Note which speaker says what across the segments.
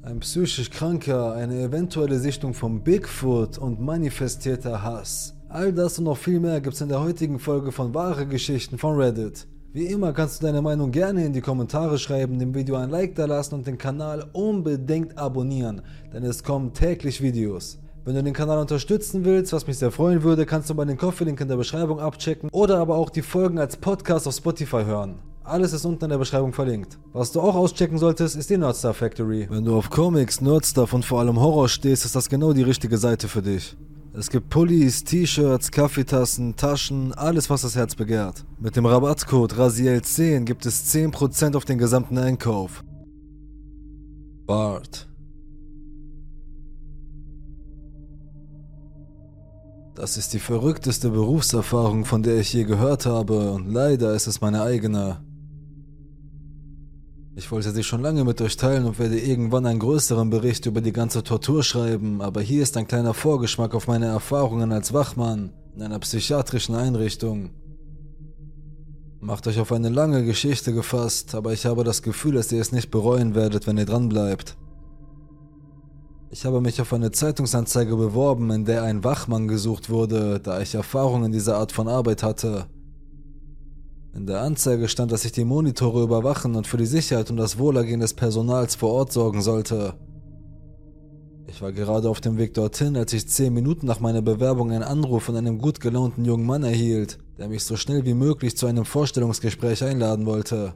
Speaker 1: Ein psychisch Kranker, eine eventuelle Sichtung von Bigfoot und manifestierter Hass. All das und noch viel mehr gibt's in der heutigen Folge von Wahre Geschichten von Reddit. Wie immer kannst du deine Meinung gerne in die Kommentare schreiben, dem Video ein Like da lassen und den Kanal unbedingt abonnieren, denn es kommen täglich Videos. Wenn du den Kanal unterstützen willst, was mich sehr freuen würde, kannst du mal den Coffee-Link in der Beschreibung abchecken oder aber auch die Folgen als Podcast auf Spotify hören. Alles ist unten in der Beschreibung verlinkt. Was du auch auschecken solltest, ist die Nerdstar Factory. Wenn du auf Comics, Nerdstuff und vor allem Horror stehst, ist das genau die richtige Seite für dich. Es gibt Pullis, T-Shirts, Kaffeetassen, Taschen, alles was das Herz begehrt. Mit dem Rabattcode RAZIEL10 gibt es 10% auf den gesamten Einkauf. Bart. Das ist die verrückteste Berufserfahrung, von der ich je gehört habe, und leider ist es meine eigene. Ich wollte sie schon lange mit euch teilen und werde irgendwann einen größeren Bericht über die ganze Tortur schreiben, aber hier ist ein kleiner Vorgeschmack auf meine Erfahrungen als Wachmann in einer psychiatrischen Einrichtung. Macht euch auf eine lange Geschichte gefasst, aber ich habe das Gefühl, dass ihr es nicht bereuen werdet, wenn ihr dranbleibt. Ich habe mich auf eine Zeitungsanzeige beworben, in der ein Wachmann gesucht wurde, da ich Erfahrung in dieser Art von Arbeit hatte. In der Anzeige stand, dass ich die Monitore überwachen und für die Sicherheit und das Wohlergehen des Personals vor Ort sorgen sollte. Ich war gerade auf dem Weg dorthin, als ich 10 Minuten nach meiner Bewerbung einen Anruf von einem gut gelaunten jungen Mann erhielt, der mich so schnell wie möglich zu einem Vorstellungsgespräch einladen wollte.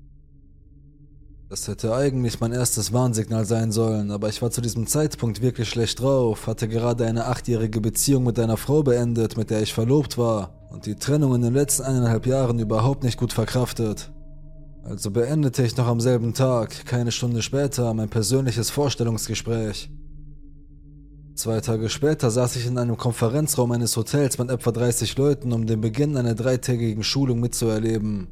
Speaker 1: Das hätte eigentlich mein erstes Warnsignal sein sollen, aber ich war zu diesem Zeitpunkt wirklich schlecht drauf, hatte gerade eine 8-jährige Beziehung mit einer Frau beendet, mit der ich verlobt war, und die Trennung in den letzten 1,5 Jahren überhaupt nicht gut verkraftet. Also beendete ich noch am selben Tag, keine Stunde später, mein persönliches Vorstellungsgespräch. 2 Tage später saß ich in einem Konferenzraum eines Hotels mit etwa 30 Leuten, um den Beginn einer 3-tägigen Schulung mitzuerleben.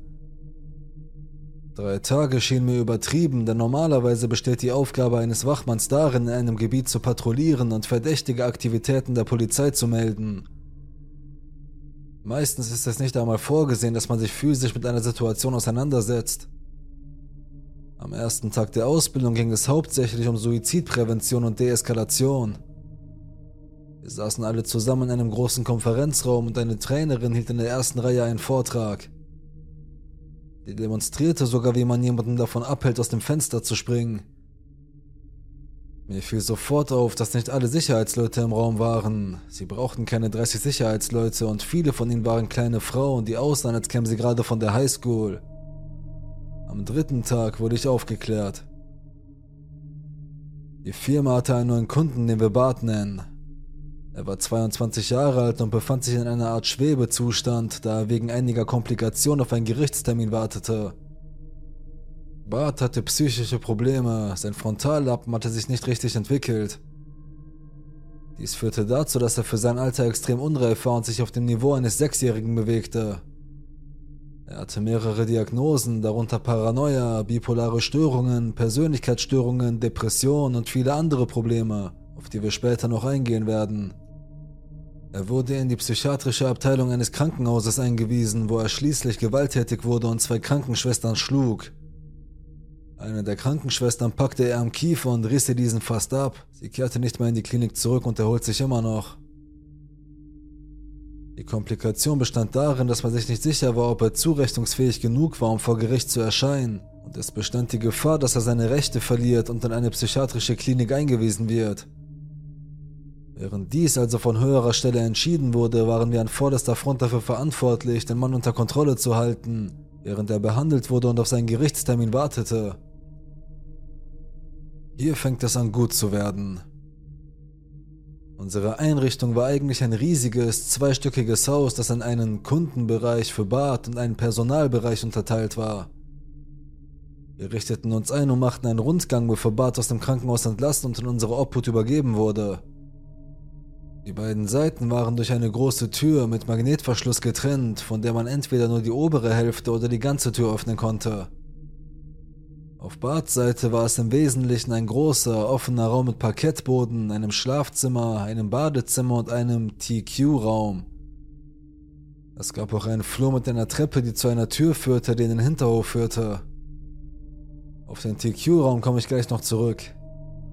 Speaker 1: 3 Tage schienen mir übertrieben, denn normalerweise besteht die Aufgabe eines Wachmanns darin, in einem Gebiet zu patrouillieren und verdächtige Aktivitäten der Polizei zu melden. Meistens ist es nicht einmal vorgesehen, dass man sich physisch mit einer Situation auseinandersetzt. Am ersten Tag der Ausbildung ging es hauptsächlich um Suizidprävention und Deeskalation. Wir saßen alle zusammen in einem großen Konferenzraum und eine Trainerin hielt in der ersten Reihe einen Vortrag. Die demonstrierte sogar, wie man jemanden davon abhält, aus dem Fenster zu springen. Mir fiel sofort auf, dass nicht alle Sicherheitsleute im Raum waren. Sie brauchten keine 30 Sicherheitsleute und viele von ihnen waren kleine Frauen, die aussahen, als kämen sie gerade von der Highschool. Am 3. Tag wurde ich aufgeklärt. Die Firma hatte einen neuen Kunden, den wir Bart nennen. Er war 22 Jahre alt und befand sich in einer Art Schwebezustand, da er wegen einiger Komplikationen auf einen Gerichtstermin wartete. Bart hatte psychische Probleme, sein Frontallappen hatte sich nicht richtig entwickelt. Dies führte dazu, dass er für sein Alter extrem unreif war und sich auf dem Niveau eines 6-Jährigen bewegte. Er hatte mehrere Diagnosen, darunter Paranoia, bipolare Störungen, Persönlichkeitsstörungen, Depressionen und viele andere Probleme, auf die wir später noch eingehen werden. Er wurde in die psychiatrische Abteilung eines Krankenhauses eingewiesen, wo er schließlich gewalttätig wurde und 2 Krankenschwestern schlug. Eine der Krankenschwestern packte er am Kiefer und riss ihr diesen fast ab. Sie kehrte nicht mehr in die Klinik zurück und erholt sich immer noch. Die Komplikation bestand darin, dass man sich nicht sicher war, ob er zurechnungsfähig genug war, um vor Gericht zu erscheinen. Und es bestand die Gefahr, dass er seine Rechte verliert und in eine psychiatrische Klinik eingewiesen wird. Während dies also von höherer Stelle entschieden wurde, waren wir an vorderster Front dafür verantwortlich, den Mann unter Kontrolle zu halten, während er behandelt wurde und auf seinen Gerichtstermin wartete. Hier fängt es an, gut zu werden. Unsere Einrichtung war eigentlich ein riesiges, 2-stöckiges Haus, das in einen Kundenbereich für Bart und einen Personalbereich unterteilt war. Wir richteten uns ein und machten einen Rundgang, bevor Bart aus dem Krankenhaus entlassen und in unsere Obhut übergeben wurde. Die beiden Seiten waren durch eine große Tür mit Magnetverschluss getrennt, von der man entweder nur die obere Hälfte oder die ganze Tür öffnen konnte. Auf Barts Seite war es im Wesentlichen ein großer, offener Raum mit Parkettboden, einem Schlafzimmer, einem Badezimmer und einem TQ-Raum. Es gab auch einen Flur mit einer Treppe, die zu einer Tür führte, die in den Hinterhof führte. Auf den TQ-Raum komme ich gleich noch zurück.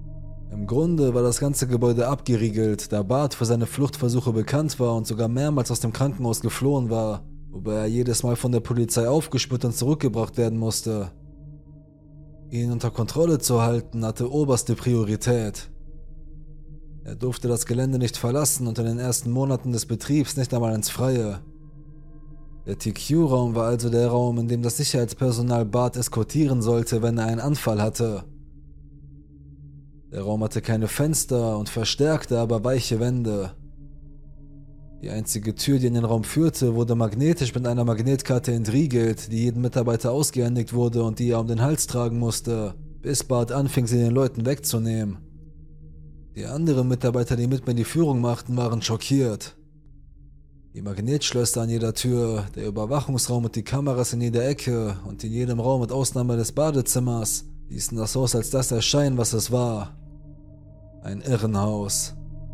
Speaker 1: Im Grunde war das ganze Gebäude abgeriegelt, da Bart für seine Fluchtversuche bekannt war und sogar mehrmals aus dem Krankenhaus geflohen war, wobei er jedes Mal von der Polizei aufgespürt und zurückgebracht werden musste. Ihn unter Kontrolle zu halten, hatte oberste Priorität. Er durfte das Gelände nicht verlassen und in den ersten Monaten des Betriebs nicht einmal ins Freie. Der TQ-Raum war also der Raum, in dem das Sicherheitspersonal Bart eskortieren sollte, wenn er einen Anfall hatte. Der Raum hatte keine Fenster und verstärkte, aber weiche Wände. Die einzige Tür, die in den Raum führte, wurde magnetisch mit einer Magnetkarte entriegelt, die jedem Mitarbeiter ausgehändigt wurde und die er um den Hals tragen musste, bis Bart anfing, sie den Leuten wegzunehmen. Die anderen Mitarbeiter, die mit mir die Führung machten, waren schockiert. Die Magnetschlösser an jeder Tür, der Überwachungsraum und die Kameras in jeder Ecke und in jedem Raum mit Ausnahme des Badezimmers ließen das Haus als das erscheinen, was es war. Ein Irrenhaus.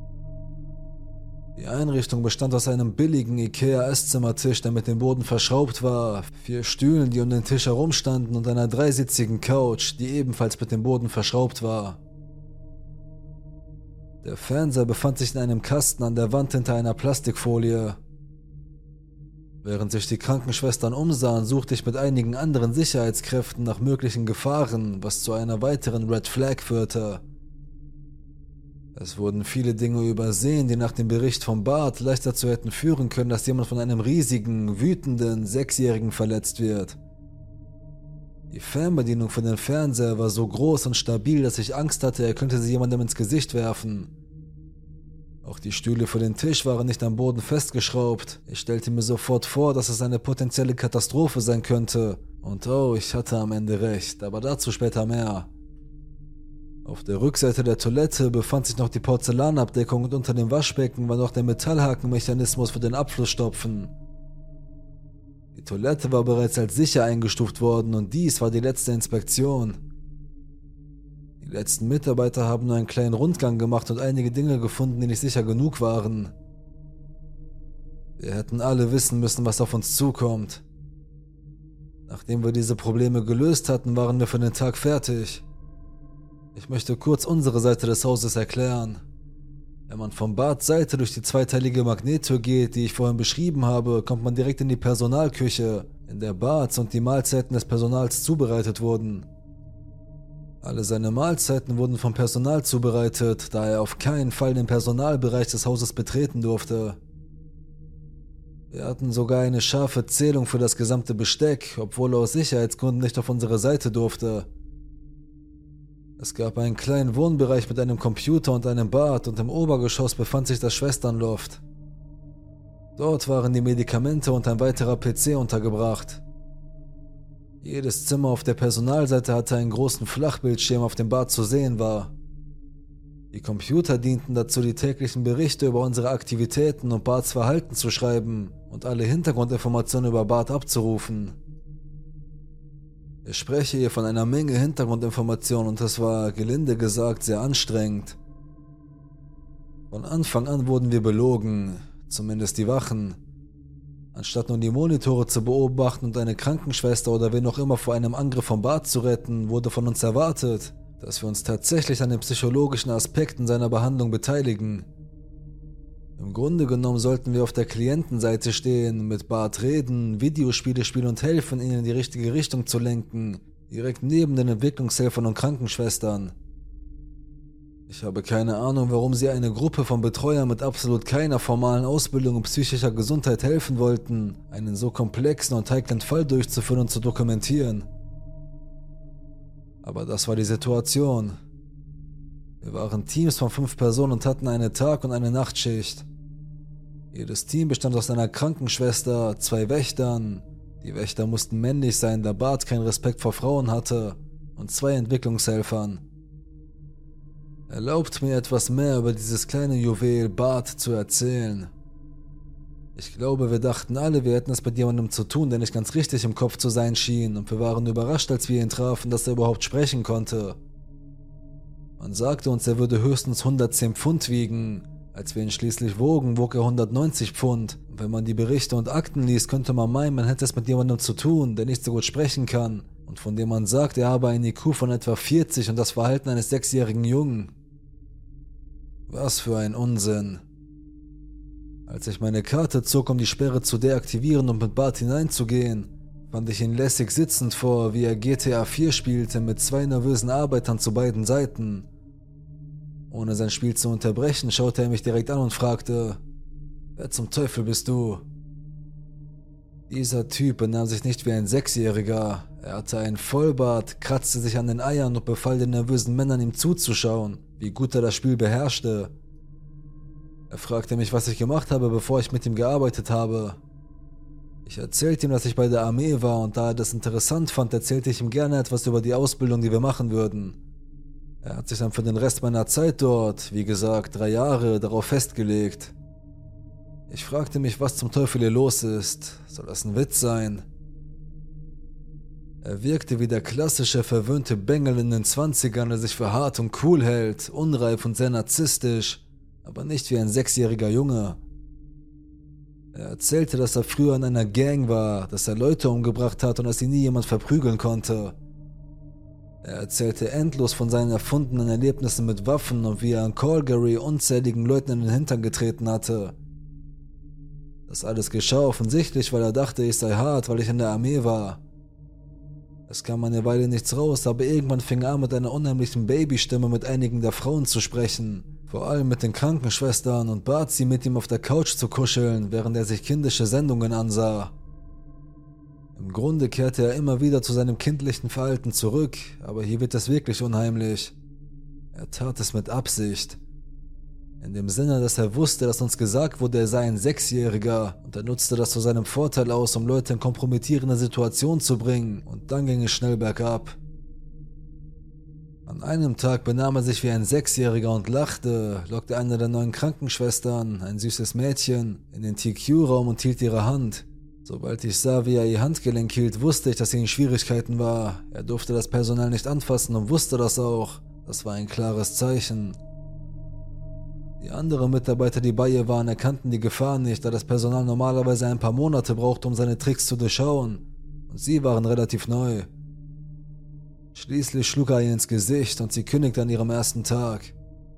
Speaker 1: Die Einrichtung bestand aus einem billigen Ikea-Esszimmertisch, der mit dem Boden verschraubt war, 4 Stühlen, die um den Tisch herumstanden und einer 3-sitzigen Couch, die ebenfalls mit dem Boden verschraubt war. Der Fernseher befand sich in einem Kasten an der Wand hinter einer Plastikfolie. Während sich die Krankenschwestern umsahen, suchte ich mit einigen anderen Sicherheitskräften nach möglichen Gefahren, was zu einer weiteren Red Flag führte. Es wurden viele Dinge übersehen, die nach dem Bericht von Bart leicht dazu hätten führen können, dass jemand von einem riesigen, wütenden 6-Jährigen verletzt wird. Die Fernbedienung für den Fernseher war so groß und stabil, dass ich Angst hatte, er könnte sie jemandem ins Gesicht werfen. Auch die Stühle für den Tisch waren nicht am Boden festgeschraubt. Ich stellte mir sofort vor, dass es eine potenzielle Katastrophe sein könnte. Und oh, ich hatte am Ende recht, aber dazu später mehr. Auf der Rückseite der Toilette befand sich noch die Porzellanabdeckung und unter dem Waschbecken war noch der Metallhakenmechanismus für den Abflussstopfen. Die Toilette war bereits als sicher eingestuft worden und dies war die letzte Inspektion. Die letzten Mitarbeiter haben nur einen kleinen Rundgang gemacht und einige Dinge gefunden, die nicht sicher genug waren. Wir hätten alle wissen müssen, was auf uns zukommt. Nachdem wir diese Probleme gelöst hatten, waren wir für den Tag fertig. Ich möchte kurz unsere Seite des Hauses erklären. Wenn man von Barts Seite durch die zweiteilige Magnettür geht, die ich vorhin beschrieben habe, kommt man direkt in die Personalküche, in der Barts und die Mahlzeiten des Personals zubereitet wurden. Alle seine Mahlzeiten wurden vom Personal zubereitet, da er auf keinen Fall den Personalbereich des Hauses betreten durfte. Wir hatten sogar eine scharfe Zählung für das gesamte Besteck, obwohl er aus Sicherheitsgründen nicht auf unsere Seite durfte. Es gab einen kleinen Wohnbereich mit einem Computer und einem Bad und im Obergeschoss befand sich das Schwesternloft. Dort waren die Medikamente und ein weiterer PC untergebracht. Jedes Zimmer auf der Personalseite hatte einen großen Flachbildschirm, auf dem Bart zu sehen war. Die Computer dienten dazu, die täglichen Berichte über unsere Aktivitäten und Barts Verhalten zu schreiben und alle Hintergrundinformationen über Bart abzurufen. Ich spreche hier von einer Menge Hintergrundinformationen und es war, gelinde gesagt, sehr anstrengend. Von Anfang an wurden wir belogen, zumindest die Wachen. Anstatt nur die Monitore zu beobachten und eine Krankenschwester oder wen auch immer vor einem Angriff vom Bart zu retten, wurde von uns erwartet, dass wir uns tatsächlich an den psychologischen Aspekten seiner Behandlung beteiligen. Im Grunde genommen sollten wir auf der Klientenseite stehen, mit Bart reden, Videospiele spielen und helfen, ihn in die richtige Richtung zu lenken, direkt neben den Entwicklungshelfern und Krankenschwestern. Ich habe keine Ahnung, warum sie eine Gruppe von Betreuern mit absolut keiner formalen Ausbildung in psychischer Gesundheit helfen wollten, einen so komplexen und heiklen Fall durchzuführen und zu dokumentieren. Aber das war die Situation. Wir waren Teams von 5 Personen und hatten eine Tag- und eine Nachtschicht. Jedes Team bestand aus einer Krankenschwester, 2 Wächtern. Die Wächter mussten männlich sein, da Bart keinen Respekt vor Frauen hatte, und 2 Entwicklungshelfern. Erlaubt mir etwas mehr über dieses kleine Juwel Bart zu erzählen. Ich glaube, wir dachten alle, wir hätten es mit jemandem zu tun, der nicht ganz richtig im Kopf zu sein schien, und wir waren überrascht, als wir ihn trafen, dass er überhaupt sprechen konnte. Man sagte uns, er würde höchstens 110 Pfund wiegen. Als wir ihn schließlich wogen, wog er 190 Pfund. Und wenn man die Berichte und Akten liest, könnte man meinen, man hätte es mit jemandem zu tun, der nicht so gut sprechen kann und von dem man sagt, er habe einen IQ von etwa 40 und das Verhalten eines 6-jährigen Jungen. Was für ein Unsinn. Als ich meine Karte zog, um die Sperre zu deaktivieren und mit Bart hineinzugehen, fand ich ihn lässig sitzend vor, wie er GTA 4 spielte, mit 2 nervösen Arbeitern zu beiden Seiten. Ohne sein Spiel zu unterbrechen, schaute er mich direkt an und fragte: »Wer zum Teufel bist du?« Dieser Typ benahm sich nicht wie ein Sechsjähriger. Er hatte einen Vollbart, kratzte sich an den Eiern und befahl den nervösen Männern, ihm zuzuschauen, wie gut er das Spiel beherrschte. Er fragte mich, was ich gemacht habe, bevor ich mit ihm gearbeitet habe. Ich erzählte ihm, dass ich bei der Armee war, und da er das interessant fand, erzählte ich ihm gerne etwas über die Ausbildung, die wir machen würden. Er hat sich dann für den Rest meiner Zeit dort, wie gesagt 3 Jahre, darauf festgelegt. Ich fragte mich, was zum Teufel hier los ist. Soll das ein Witz sein? Er wirkte wie der klassische verwöhnte Bengel in den 20ern, der sich für hart und cool hält, unreif und sehr narzisstisch, aber nicht wie ein 6-jähriger Junge. Er erzählte, dass er früher in einer Gang war, dass er Leute umgebracht hat und dass ihn nie jemand verprügeln konnte. Er erzählte endlos von seinen erfundenen Erlebnissen mit Waffen und wie er in Calgary unzähligen Leuten in den Hintern getreten hatte. Das alles geschah offensichtlich, weil er dachte, ich sei hart, weil ich in der Armee war. Es kam eine Weile nichts raus, aber irgendwann fing er an, mit einer unheimlichen Babystimme mit einigen der Frauen zu sprechen, vor allem mit den Krankenschwestern, und bat sie, mit ihm auf der Couch zu kuscheln, während er sich kindische Sendungen ansah. Im Grunde kehrte er immer wieder zu seinem kindlichen Verhalten zurück, aber hier wird es wirklich unheimlich. Er tat es mit Absicht. In dem Sinne, dass er wusste, dass uns gesagt wurde, er sei ein 6-Jähriger, und er nutzte das zu seinem Vorteil aus, um Leute in kompromittierende Situationen zu bringen, und dann ging es schnell bergab. An einem Tag benahm er sich wie ein 6-Jähriger und lachte, lockte eine der neuen Krankenschwestern, ein süßes Mädchen, in den TQ-Raum und hielt ihre Hand. Sobald ich sah, wie er ihr Handgelenk hielt, wusste ich, dass sie in Schwierigkeiten war. Er durfte das Personal nicht anfassen und wusste das auch. Das war ein klares Zeichen. Die anderen Mitarbeiter, die bei ihr waren, erkannten die Gefahr nicht, da das Personal normalerweise ein paar Monate braucht, um seine Tricks zu durchschauen. Und sie waren relativ neu. Schließlich schlug er ihr ins Gesicht und sie kündigte an ihrem ersten Tag.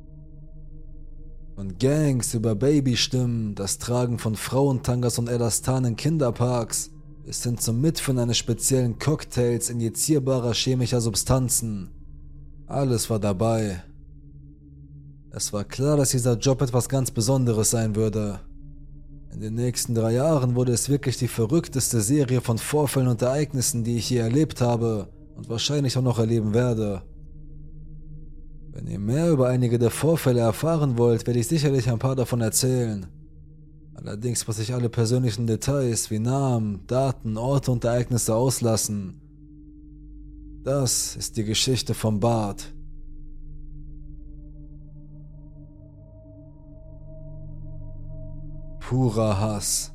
Speaker 1: Von Gangs über Babystimmen, das Tragen von Frauentangas und Elastan in Kinderparks, bis hin zum Mitführen eines speziellen Cocktails injizierbarer chemischer Substanzen. Alles war dabei. Es war klar, dass dieser Job etwas ganz Besonderes sein würde. In den nächsten 3 Jahren wurde es wirklich die verrückteste Serie von Vorfällen und Ereignissen, die ich je erlebt habe und wahrscheinlich auch noch erleben werde. Wenn ihr mehr über einige der Vorfälle erfahren wollt, werde ich sicherlich ein paar davon erzählen. Allerdings muss ich alle persönlichen Details wie Namen, Daten, Orte und Ereignisse auslassen. Das ist die Geschichte von Bart. Purer Hass.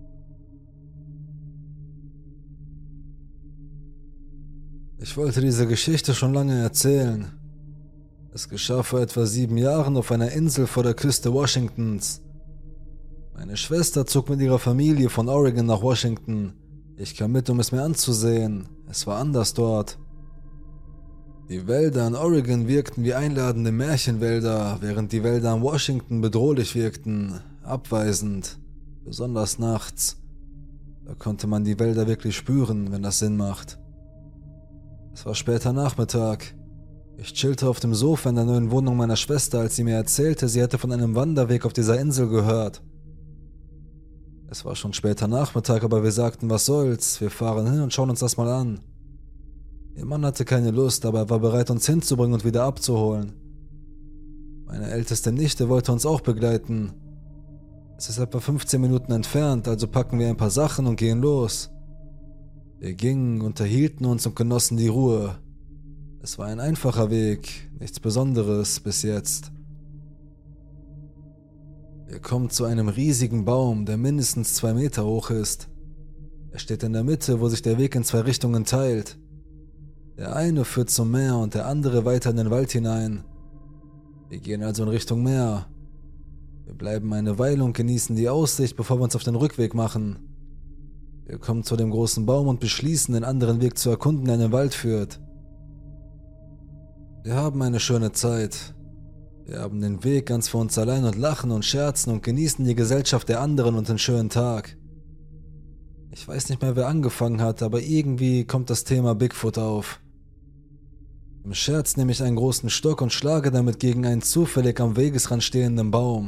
Speaker 1: Ich wollte diese Geschichte schon lange erzählen. Es geschah vor etwa 7 Jahren auf einer Insel vor der Küste Washingtons. Meine Schwester zog mit ihrer Familie von Oregon nach Washington. Ich kam mit, um es mir anzusehen. Es war anders dort. Die Wälder in Oregon wirkten wie einladende Märchenwälder, während die Wälder in Washington bedrohlich wirkten, abweisend, besonders nachts. Da konnte man die Wälder wirklich spüren, wenn das Sinn macht. Es war später Nachmittag. Ich chillte auf dem Sofa in der neuen Wohnung meiner Schwester, als sie mir erzählte, sie hätte von einem Wanderweg auf dieser Insel gehört. Es war schon später Nachmittag, aber wir sagten, was soll's, wir fahren hin und schauen uns das mal an. Ihr Mann hatte keine Lust, aber er war bereit, uns hinzubringen und wieder abzuholen. Meine älteste Nichte wollte uns auch begleiten. Es ist etwa 15 Minuten entfernt, also packen wir ein paar Sachen und gehen los. Wir gingen, unterhielten uns und genossen die Ruhe. Es war ein einfacher Weg, nichts Besonderes bis jetzt. Wir kommen zu einem riesigen Baum, der mindestens 2 Meter hoch ist. Er steht in der Mitte, wo sich der Weg in 2 Richtungen teilt. Der eine führt zum Meer und der andere weiter in den Wald hinein. Wir gehen also in Richtung Meer. Wir bleiben eine Weile und genießen die Aussicht, bevor wir uns auf den Rückweg machen. Wir kommen zu dem großen Baum und beschließen, den anderen Weg zu erkunden, der in den Wald führt. Wir haben eine schöne Zeit. Wir haben den Weg ganz für uns allein und lachen und scherzen und genießen die Gesellschaft der anderen und den schönen Tag. Ich weiß nicht mehr, wer angefangen hat, aber irgendwie kommt das Thema Bigfoot auf. Im Scherz nehme ich einen großen Stock und schlage damit gegen einen zufällig am Wegesrand stehenden Baum.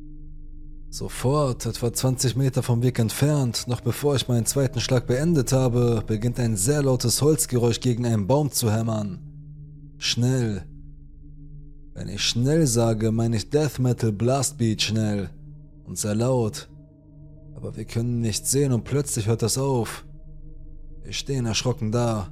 Speaker 1: Sofort, etwa 20 Meter vom Weg entfernt, noch bevor ich meinen zweiten Schlag beendet habe, beginnt ein sehr lautes Holzgeräusch gegen einen Baum zu hämmern. Schnell. Wenn ich schnell sage, meine ich Death Metal Blast Beat schnell und sehr laut. Aber wir können nichts sehen und plötzlich hört das auf. Wir stehen erschrocken da.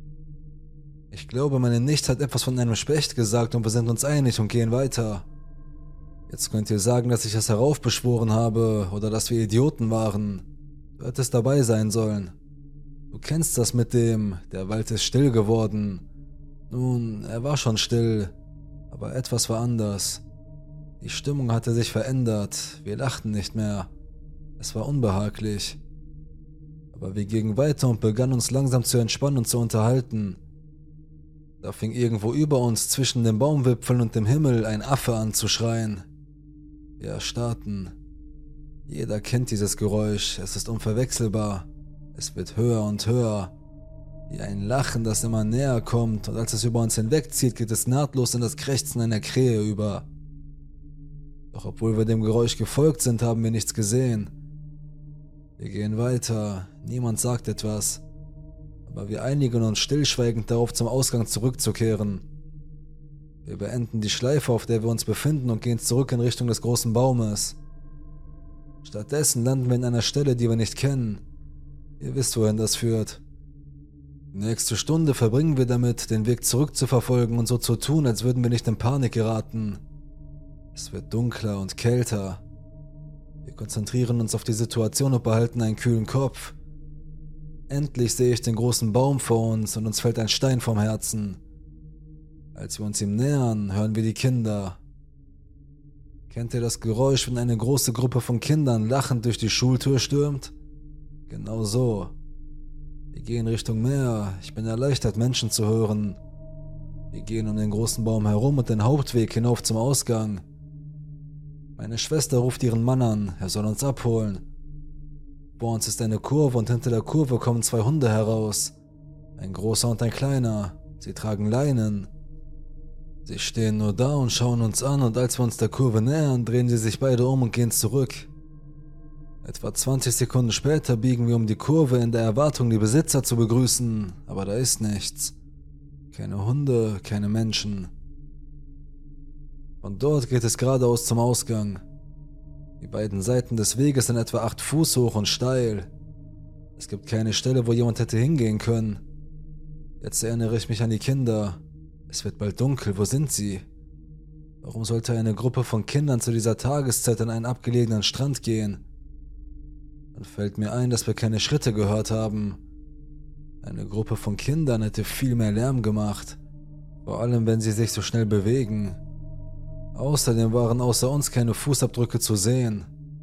Speaker 1: Ich glaube, meine Nichte hat etwas von einem Specht gesagt und wir sind uns einig und gehen weiter. Jetzt könnt ihr sagen, dass ich es heraufbeschworen habe oder dass wir Idioten waren. Du hättest dabei sein sollen. Du kennst das mit dem, der Wald ist still geworden. Nun, er war schon still, aber etwas war anders. Die Stimmung hatte sich verändert, wir lachten nicht mehr. Es war unbehaglich. Aber wir gingen weiter und begannen uns langsam zu entspannen und zu unterhalten. Da fing irgendwo über uns zwischen den Baumwipfeln und dem Himmel ein Affe an zu schreien. Wir erstarrten. Jeder kennt dieses Geräusch, es ist unverwechselbar. Es wird höher und höher. Wie ein Lachen, das immer näher kommt, und als es über uns hinwegzieht, geht es nahtlos in das Krächzen einer Krähe über. Doch obwohl wir dem Geräusch gefolgt sind, haben wir nichts gesehen. Wir gehen weiter, niemand sagt etwas. Aber wir einigen uns stillschweigend darauf, zum Ausgang zurückzukehren. Wir beenden die Schleife, auf der wir uns befinden, und gehen zurück in Richtung des großen Baumes. Stattdessen landen wir in einer Stelle, die wir nicht kennen. Ihr wisst, wohin das führt. Die nächste Stunde verbringen wir damit, den Weg zurückzuverfolgen und so zu tun, als würden wir nicht in Panik geraten. Es wird dunkler und kälter. Wir konzentrieren uns auf die Situation und behalten einen kühlen Kopf. Endlich sehe ich den großen Baum vor uns und uns fällt ein Stein vom Herzen. Als wir uns ihm nähern, hören wir die Kinder. Kennt ihr das Geräusch, wenn eine große Gruppe von Kindern lachend durch die Schultür stürmt? Genau so. Wir gehen Richtung Meer. Ich bin erleichtert, Menschen zu hören. Wir gehen um den großen Baum herum und den Hauptweg hinauf zum Ausgang. Meine Schwester ruft ihren Mann an, er soll uns abholen. Vor uns ist eine Kurve und hinter der Kurve kommen zwei Hunde heraus. Ein großer und ein kleiner. Sie tragen Leinen. Sie stehen nur da und schauen uns an, und als wir uns der Kurve nähern, drehen sie sich beide um und gehen zurück. Etwa 20 Sekunden später biegen wir um die Kurve in der Erwartung, die Besitzer zu begrüßen, aber da ist nichts. Keine Hunde, keine Menschen. Von dort geht es geradeaus zum Ausgang. Die beiden Seiten des Weges sind etwa 8 Fuß hoch und steil. Es gibt keine Stelle, wo jemand hätte hingehen können. Jetzt erinnere ich mich an die Kinder. Es wird bald dunkel, wo sind sie? Warum sollte eine Gruppe von Kindern zu dieser Tageszeit an einen abgelegenen Strand gehen? Dann fällt mir ein, dass wir keine Schritte gehört haben. Eine Gruppe von Kindern hätte viel mehr Lärm gemacht. Vor allem, wenn sie sich so schnell bewegen. Außerdem waren außer uns keine Fußabdrücke zu sehen.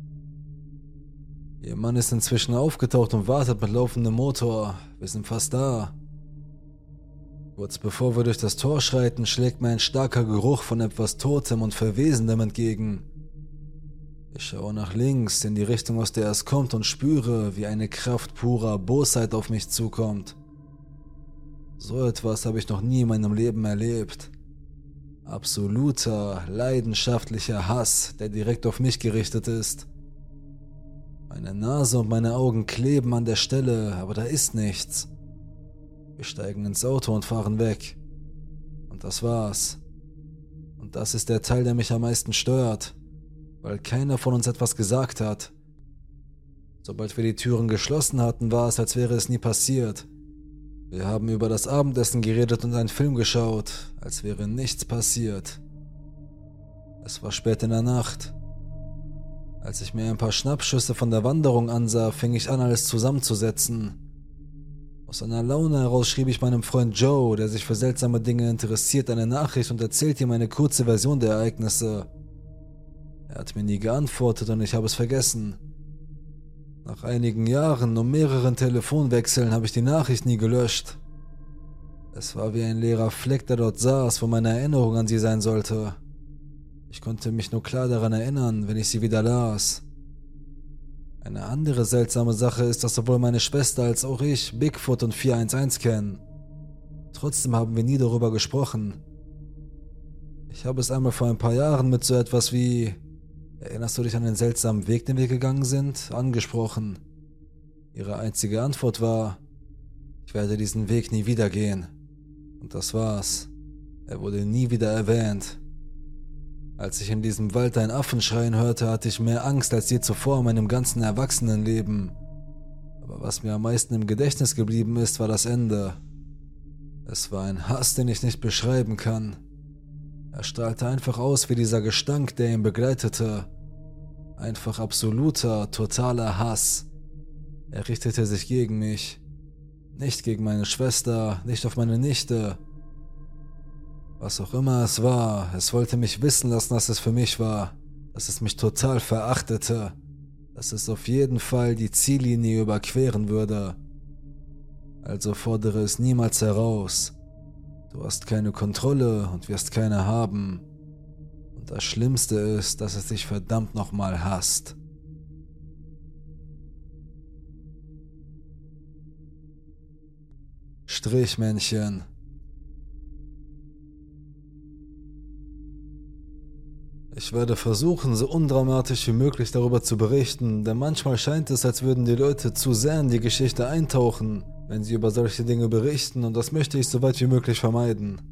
Speaker 1: Ihr Mann ist inzwischen aufgetaucht und wartet mit laufendem Motor. Wir sind fast da. Kurz bevor wir durch das Tor schreiten, schlägt mir ein starker Geruch von etwas Totem und Verwesendem entgegen. Ich schaue nach links, in die Richtung, aus der es kommt, und spüre, wie eine Kraft purer Bosheit auf mich zukommt. So etwas habe ich noch nie in meinem Leben erlebt. Absoluter, leidenschaftlicher Hass, der direkt auf mich gerichtet ist. Meine Nase und meine Augen kleben an der Stelle, aber da ist nichts. Wir steigen ins Auto und fahren weg. Und das war's. Und das ist der Teil, der mich am meisten stört, weil keiner von uns etwas gesagt hat. Sobald wir die Türen geschlossen hatten, war es, als wäre es nie passiert. Wir haben über das Abendessen geredet und einen Film geschaut, als wäre nichts passiert. Es war spät in der Nacht. Als ich mir ein paar Schnappschüsse von der Wanderung ansah, fing ich an, alles zusammenzusetzen. Aus einer Laune heraus schrieb ich meinem Freund Joe, der sich für seltsame Dinge interessiert, eine Nachricht und erzählte ihm eine kurze Version der Ereignisse. Er hat mir nie geantwortet und ich habe es vergessen. Nach einigen Jahren und mehreren Telefonwechseln habe ich die Nachricht nie gelöscht. Es war wie ein leerer Fleck, der dort saß, wo meine Erinnerung an sie sein sollte. Ich konnte mich nur klar daran erinnern, wenn ich sie wieder las. Eine andere seltsame Sache ist, dass sowohl meine Schwester als auch ich Bigfoot und 411 kennen. Trotzdem haben wir nie darüber gesprochen. Ich habe es einmal vor ein paar Jahren mit so etwas wie „Erinnerst du dich an den seltsamen Weg, den wir gegangen sind?" angesprochen. Ihre einzige Antwort war: „Ich werde diesen Weg nie wieder gehen." Und das war's. Er wurde nie wieder erwähnt. Als ich in diesem Wald einen Affen schreien hörte, hatte ich mehr Angst als je zuvor in meinem ganzen Erwachsenenleben. Aber was mir am meisten im Gedächtnis geblieben ist, war das Ende. Es war ein Hass, den ich nicht beschreiben kann. Er strahlte einfach aus wie dieser Gestank, der ihn begleitete. Einfach absoluter, totaler Hass. Er richtete sich gegen mich. Nicht gegen meine Schwester, nicht auf meine Nichte. Was auch immer es war, es wollte mich wissen lassen, dass es für mich war. Dass es mich total verachtete. Dass es auf jeden Fall die Ziellinie überqueren würde. Also fordere es niemals heraus. Du hast keine Kontrolle und wirst keine haben. Und das Schlimmste ist, dass es dich verdammt nochmal hasst. Strichmännchen. Ich werde versuchen, so undramatisch wie möglich darüber zu berichten, denn manchmal scheint es, als würden die Leute zu sehr in die Geschichte eintauchen, wenn sie über solche Dinge berichten, und das möchte ich so weit wie möglich vermeiden.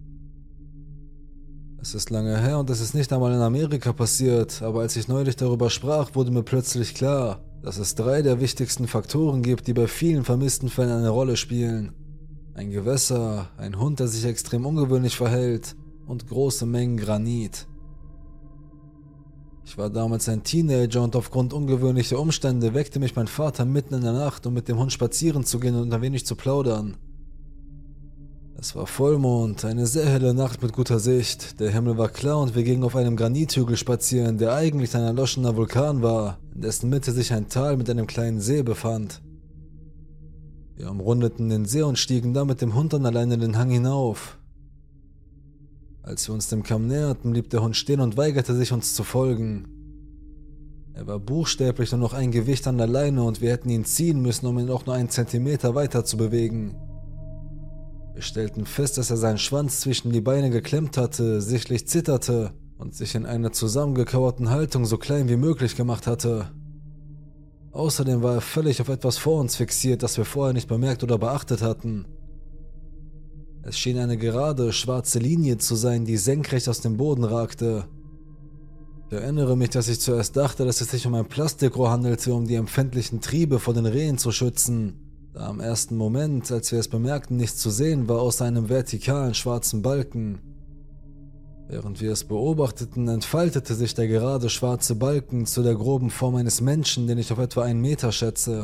Speaker 1: Es ist lange her und es ist nicht einmal in Amerika passiert, aber als ich neulich darüber sprach, wurde mir plötzlich klar, dass es 3 der wichtigsten Faktoren gibt, die bei vielen vermissten Fällen eine Rolle spielen. Ein Gewässer, ein Hund, der sich extrem ungewöhnlich verhält, und große Mengen Granit. Ich war damals ein Teenager und aufgrund ungewöhnlicher Umstände weckte mich mein Vater mitten in der Nacht, um mit dem Hund spazieren zu gehen und ein wenig zu plaudern. Es war Vollmond, eine sehr helle Nacht mit guter Sicht. Der Himmel war klar und wir gingen auf einem Granithügel spazieren, der eigentlich ein erloschener Vulkan war, in dessen Mitte sich ein Tal mit einem kleinen See befand. Wir umrundeten den See und stiegen dann mit dem Hund dann alleine den Hang hinauf. Als wir uns dem Kamm näherten, blieb der Hund stehen und weigerte sich, uns zu folgen. Er war buchstäblich nur noch ein Gewicht an der Leine und wir hätten ihn ziehen müssen, um ihn auch nur einen Zentimeter weiter zu bewegen. Wir stellten fest, dass er seinen Schwanz zwischen die Beine geklemmt hatte, sichtlich zitterte und sich in einer zusammengekauerten Haltung so klein wie möglich gemacht hatte. Außerdem war er völlig auf etwas vor uns fixiert, das wir vorher nicht bemerkt oder beachtet hatten. Es schien eine gerade, schwarze Linie zu sein, die senkrecht aus dem Boden ragte. Ich erinnere mich, dass ich zuerst dachte, dass es sich um ein Plastikrohr handelte, um die empfindlichen Triebe vor den Rehen zu schützen, da am ersten Moment, als wir es bemerkten, nichts zu sehen war außer einem vertikalen schwarzen Balken. Während wir es beobachteten, entfaltete sich der gerade schwarze Balken zu der groben Form eines Menschen, den ich auf etwa 1 Meter schätze.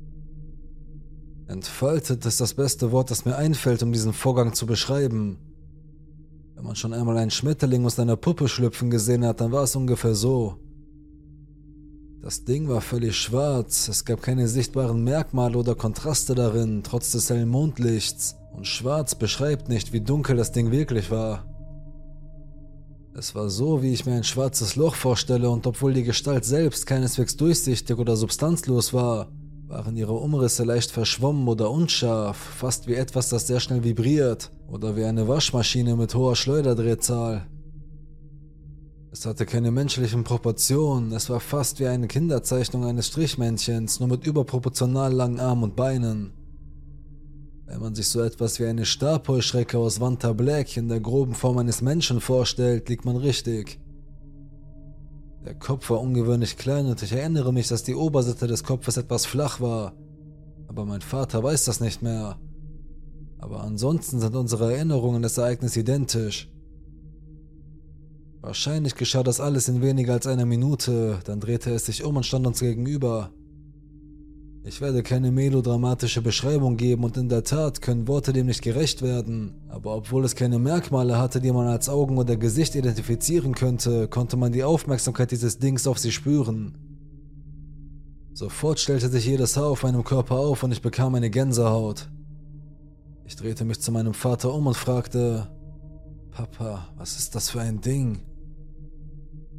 Speaker 1: Entfaltet ist das beste Wort, das mir einfällt, um diesen Vorgang zu beschreiben. Wenn man schon einmal einen Schmetterling aus einer Puppe schlüpfen gesehen hat, dann war es ungefähr so. Das Ding war völlig schwarz, es gab keine sichtbaren Merkmale oder Kontraste darin, trotz des hellen Mondlichts, und schwarz beschreibt nicht, wie dunkel das Ding wirklich war. Es war so, wie ich mir ein schwarzes Loch vorstelle, und obwohl die Gestalt selbst keineswegs durchsichtig oder substanzlos war, waren ihre Umrisse leicht verschwommen oder unscharf, fast wie etwas, das sehr schnell vibriert, oder wie eine Waschmaschine mit hoher Schleuderdrehzahl. Es hatte keine menschlichen Proportionen, es war fast wie eine Kinderzeichnung eines Strichmännchens, nur mit überproportional langen Armen und Beinen. Wenn man sich so etwas wie eine Stabheuschrecke aus Vanta Black in der groben Form eines Menschen vorstellt, liegt man richtig. Der Kopf war ungewöhnlich klein und ich erinnere mich, dass die Oberseite des Kopfes etwas flach war. Aber mein Vater weiß das nicht mehr. Aber ansonsten sind unsere Erinnerungen des Ereignisses identisch. Wahrscheinlich geschah das alles in weniger als einer Minute, dann drehte es sich um und stand uns gegenüber. Ich werde keine melodramatische Beschreibung geben und in der Tat können Worte dem nicht gerecht werden, aber obwohl es keine Merkmale hatte, die man als Augen oder Gesicht identifizieren könnte, konnte man die Aufmerksamkeit dieses Dings auf sie spüren. Sofort stellte sich jedes Haar auf meinem Körper auf und ich bekam eine Gänsehaut. Ich drehte mich zu meinem Vater um und fragte: Papa, was ist das für ein Ding?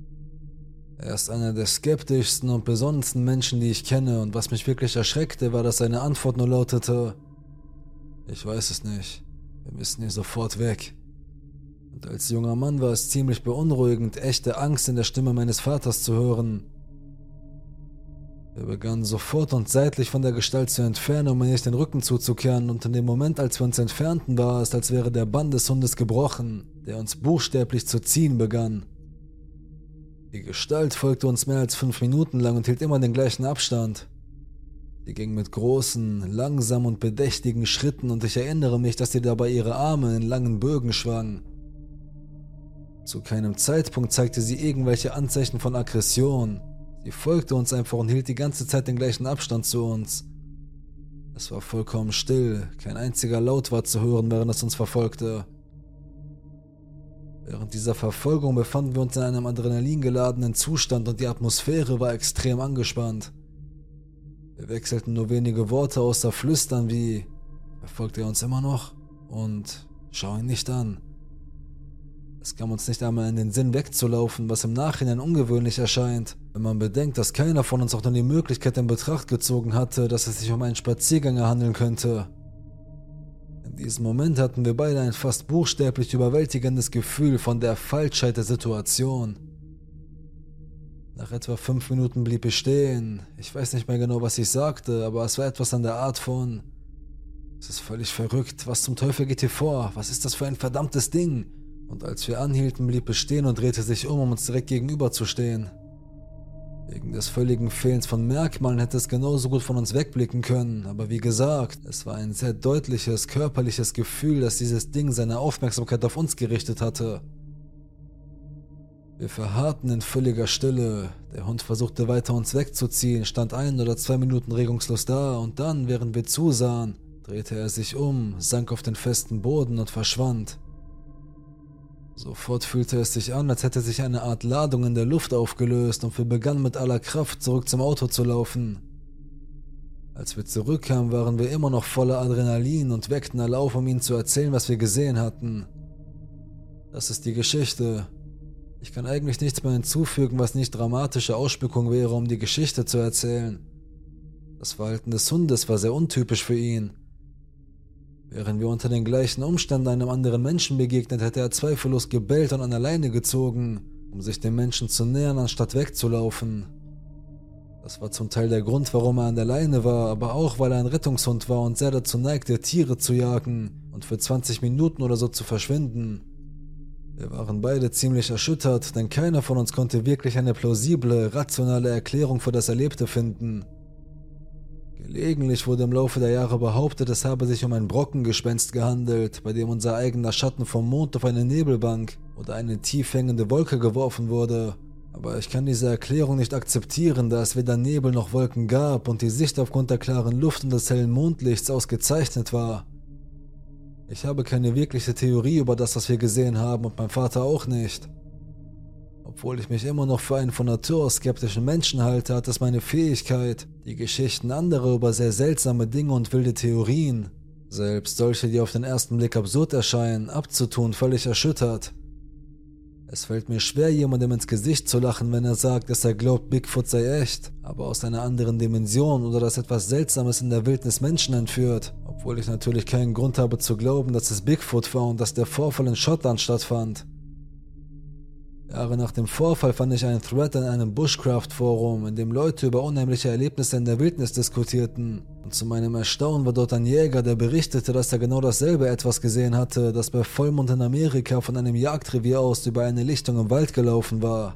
Speaker 1: Er ist einer der skeptischsten und besonnensten Menschen, die ich kenne, und was mich wirklich erschreckte, war, dass seine Antwort nur lautete: Ich weiß es nicht. Wir müssen hier sofort weg. Und als junger Mann war es ziemlich beunruhigend, echte Angst in der Stimme meines Vaters zu hören. Wir begannen sofort, uns seitlich von der Gestalt zu entfernen, um mir nicht den Rücken zuzukehren, und in dem Moment, als wir uns entfernten, war es, als wäre der Bann des Hundes gebrochen, der uns buchstäblich zu ziehen begann. Die Gestalt folgte uns mehr als 5 Minuten lang und hielt immer den gleichen Abstand. Sie ging mit großen, langsamen und bedächtigen Schritten, und ich erinnere mich, dass sie dabei ihre Arme in langen Bögen schwang. Zu keinem Zeitpunkt zeigte sie irgendwelche Anzeichen von Aggression. Sie folgte uns einfach und hielt die ganze Zeit den gleichen Abstand zu uns. Es war vollkommen still, kein einziger Laut war zu hören, während es uns verfolgte. Während dieser Verfolgung befanden wir uns in einem adrenalingeladenen Zustand und die Atmosphäre war extrem angespannt. Wir wechselten nur wenige Worte außer Flüstern wie: Verfolgt er uns immer noch? Und schau ihn nicht an. Es kam uns nicht einmal in den Sinn wegzulaufen, was im Nachhinein ungewöhnlich erscheint, wenn man bedenkt, dass keiner von uns auch nur die Möglichkeit in Betracht gezogen hatte, dass es sich um einen Spaziergänger handeln könnte. In diesem Moment hatten wir beide ein fast buchstäblich überwältigendes Gefühl von der Falschheit der Situation. Nach etwa 5 Minuten blieb ich stehen. Ich weiß nicht mehr genau, was ich sagte, aber es war etwas an der Art von: Es ist völlig verrückt, was zum Teufel geht hier vor? Was ist das für ein verdammtes Ding? Und als wir anhielten, blieb es stehen und drehte sich um uns direkt gegenüber zu stehen. Wegen des völligen Fehlens von Merkmalen hätte es genauso gut von uns wegblicken können, aber wie gesagt, es war ein sehr deutliches, körperliches Gefühl, dass dieses Ding seine Aufmerksamkeit auf uns gerichtet hatte. Wir verharrten in völliger Stille. Der Hund versuchte weiter uns wegzuziehen, stand 1 oder 2 Minuten regungslos da, und dann, während wir zusahen, drehte er sich um, sank auf den festen Boden und verschwand. Sofort fühlte es sich an, als hätte sich eine Art Ladung in der Luft aufgelöst, und wir begannen mit aller Kraft zurück zum Auto zu laufen. Als wir zurückkamen, waren wir immer noch voller Adrenalin und weckten alle auf, um ihnen zu erzählen, was wir gesehen hatten. Das ist die Geschichte. Ich kann eigentlich nichts mehr hinzufügen, was nicht dramatische Ausspückung wäre, um die Geschichte zu erzählen. Das Verhalten des Hundes war sehr untypisch für ihn. Wären wir unter den gleichen Umständen einem anderen Menschen begegnet, hätte er zweifellos gebellt und an der Leine gezogen, um sich dem Menschen zu nähern, anstatt wegzulaufen. Das war zum Teil der Grund, warum er an der Leine war, aber auch, weil er ein Rettungshund war und sehr dazu neigte, Tiere zu jagen und für 20 Minuten oder so zu verschwinden. Wir waren beide ziemlich erschüttert, denn keiner von uns konnte wirklich eine plausible, rationale Erklärung für das Erlebte finden. Gelegentlich wurde im Laufe der Jahre behauptet, es habe sich um ein Brockengespenst gehandelt, bei dem unser eigener Schatten vom Mond auf eine Nebelbank oder eine tief hängende Wolke geworfen wurde. Aber ich kann diese Erklärung nicht akzeptieren, da es weder Nebel noch Wolken gab und die Sicht aufgrund der klaren Luft und des hellen Mondlichts ausgezeichnet war. Ich habe keine wirkliche Theorie über das, was wir gesehen haben, und mein Vater auch nicht. Obwohl ich mich immer noch für einen von Natur aus skeptischen Menschen halte, hat es meine Fähigkeit, die Geschichten anderer über sehr seltsame Dinge und wilde Theorien, selbst solche, die auf den ersten Blick absurd erscheinen, abzutun, völlig erschüttert. Es fällt mir schwer, jemandem ins Gesicht zu lachen, wenn er sagt, dass er glaubt, Bigfoot sei echt, aber aus einer anderen Dimension, oder dass etwas Seltsames in der Wildnis Menschen entführt, obwohl ich natürlich keinen Grund habe zu glauben, dass es Bigfoot war und dass der Vorfall in Schottland stattfand. Jahre nach dem Vorfall fand ich einen Thread in einem Bushcraft-Forum, in dem Leute über unheimliche Erlebnisse in der Wildnis diskutierten. Und zu meinem Erstaunen war dort ein Jäger, der berichtete, dass er genau dasselbe etwas gesehen hatte, das bei Vollmond in Amerika von einem Jagdrevier aus über eine Lichtung im Wald gelaufen war.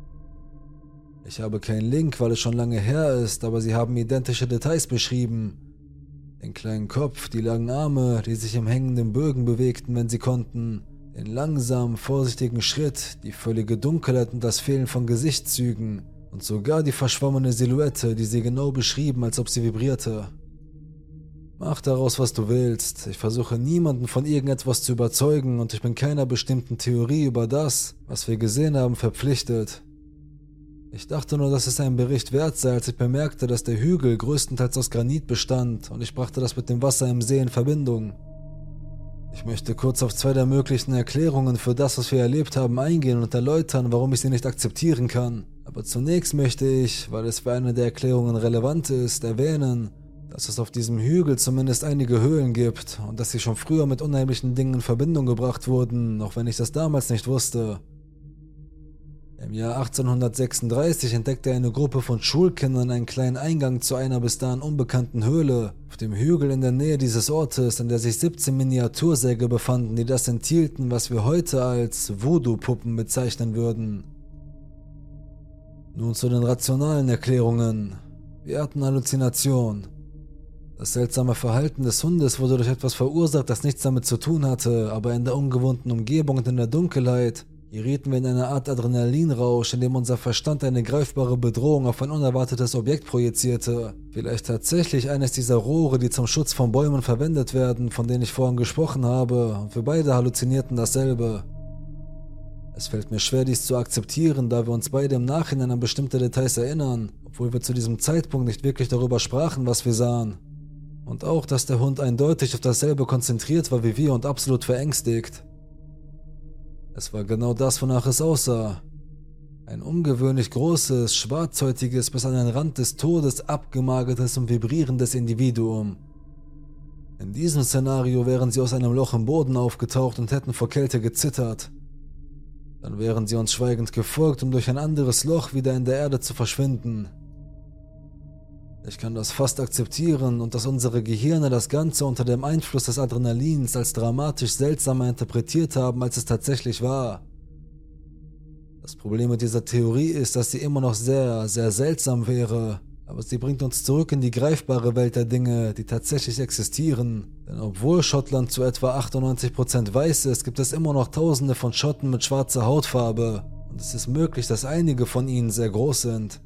Speaker 1: Ich habe keinen Link, weil es schon lange her ist, aber sie haben identische Details beschrieben. Den kleinen Kopf, die langen Arme, die sich im hängenden Bögen bewegten, wenn sie konnten. Den langsamen, vorsichtigen Schritt, die völlige Dunkelheit und das Fehlen von Gesichtszügen und sogar die verschwommene Silhouette, die sie genau beschrieben, als ob sie vibrierte. Mach daraus, was du willst. Ich versuche niemanden von irgendetwas zu überzeugen und ich bin keiner bestimmten Theorie über das, was wir gesehen haben, verpflichtet. Ich dachte nur, dass es einen Bericht wert sei, als ich bemerkte, dass der Hügel größtenteils aus Granit bestand und ich brachte das mit dem Wasser im See in Verbindung. Ich möchte kurz auf 2 der möglichen Erklärungen für das, was wir erlebt haben, eingehen und erläutern, warum ich sie nicht akzeptieren kann. Aber zunächst möchte ich, weil es für eine der Erklärungen relevant ist, erwähnen, dass es auf diesem Hügel zumindest einige Höhlen gibt und dass sie schon früher mit unheimlichen Dingen in Verbindung gebracht wurden, auch wenn ich das damals nicht wusste. Im Jahr 1836 entdeckte eine Gruppe von Schulkindern einen kleinen Eingang zu einer bis dahin unbekannten Höhle auf dem Hügel in der Nähe dieses Ortes, in der sich 17 Miniatursärge befanden, die das enthielten, was wir heute als Voodoo-Puppen bezeichnen würden. Nun zu den rationalen Erklärungen. Wir hatten Halluzination. Das seltsame Verhalten des Hundes wurde durch etwas verursacht, das nichts damit zu tun hatte, aber in der ungewohnten Umgebung und in der Dunkelheit gerieten wir in eine Art Adrenalinrausch, in dem unser Verstand eine greifbare Bedrohung auf ein unerwartetes Objekt projizierte. Vielleicht tatsächlich eines dieser Rohre, die zum Schutz von Bäumen verwendet werden, von denen ich vorhin gesprochen habe, und wir beide halluzinierten dasselbe. Es fällt mir schwer, dies zu akzeptieren, da wir uns beide im Nachhinein an bestimmte Details erinnern, obwohl wir zu diesem Zeitpunkt nicht wirklich darüber sprachen, was wir sahen. Und auch, dass der Hund eindeutig auf dasselbe konzentriert war wie wir und absolut verängstigt. Es war genau das, wonach es aussah. Ein ungewöhnlich großes, schwarzhäutiges, bis an den Rand des Todes abgemagertes und vibrierendes Individuum. In diesem Szenario wären sie aus einem Loch im Boden aufgetaucht und hätten vor Kälte gezittert. Dann wären sie uns schweigend gefolgt, um durch ein anderes Loch wieder in der Erde zu verschwinden. Ich kann das fast akzeptieren und dass unsere Gehirne das Ganze unter dem Einfluss des Adrenalins als dramatisch seltsamer interpretiert haben, als es tatsächlich war. Das Problem mit dieser Theorie ist, dass sie immer noch sehr, sehr seltsam wäre, aber sie bringt uns zurück in die greifbare Welt der Dinge, die tatsächlich existieren. Denn obwohl Schottland zu etwa 98% weiß ist, gibt es immer noch Tausende von Schotten mit schwarzer Hautfarbe und es ist möglich, dass einige von ihnen sehr groß sind.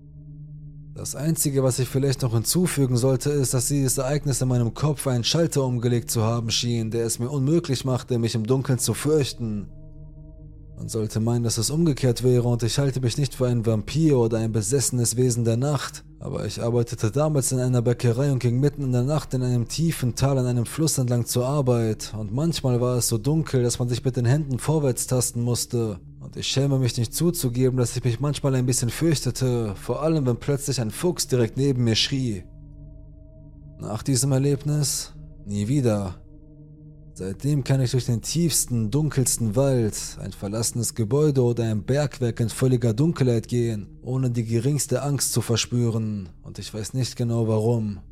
Speaker 1: Das Einzige, was ich vielleicht noch hinzufügen sollte, ist, dass dieses Ereignis in meinem Kopf einen Schalter umgelegt zu haben schien, der es mir unmöglich machte, mich im Dunkeln zu fürchten. Man sollte meinen, dass es umgekehrt wäre und ich halte mich nicht für einen Vampir oder ein besessenes Wesen der Nacht, aber ich arbeitete damals in einer Bäckerei und ging mitten in der Nacht in einem tiefen Tal an einem Fluss entlang zur Arbeit und manchmal war es so dunkel, dass man sich mit den Händen vorwärts tasten musste. Und ich schäme mich nicht zuzugeben, dass ich mich manchmal ein bisschen fürchtete, vor allem wenn plötzlich ein Fuchs direkt neben mir schrie. Nach diesem Erlebnis nie wieder. Seitdem kann ich durch den tiefsten, dunkelsten Wald, ein verlassenes Gebäude oder ein Bergwerk in völliger Dunkelheit gehen, ohne die geringste Angst zu verspüren, und ich weiß nicht genau warum.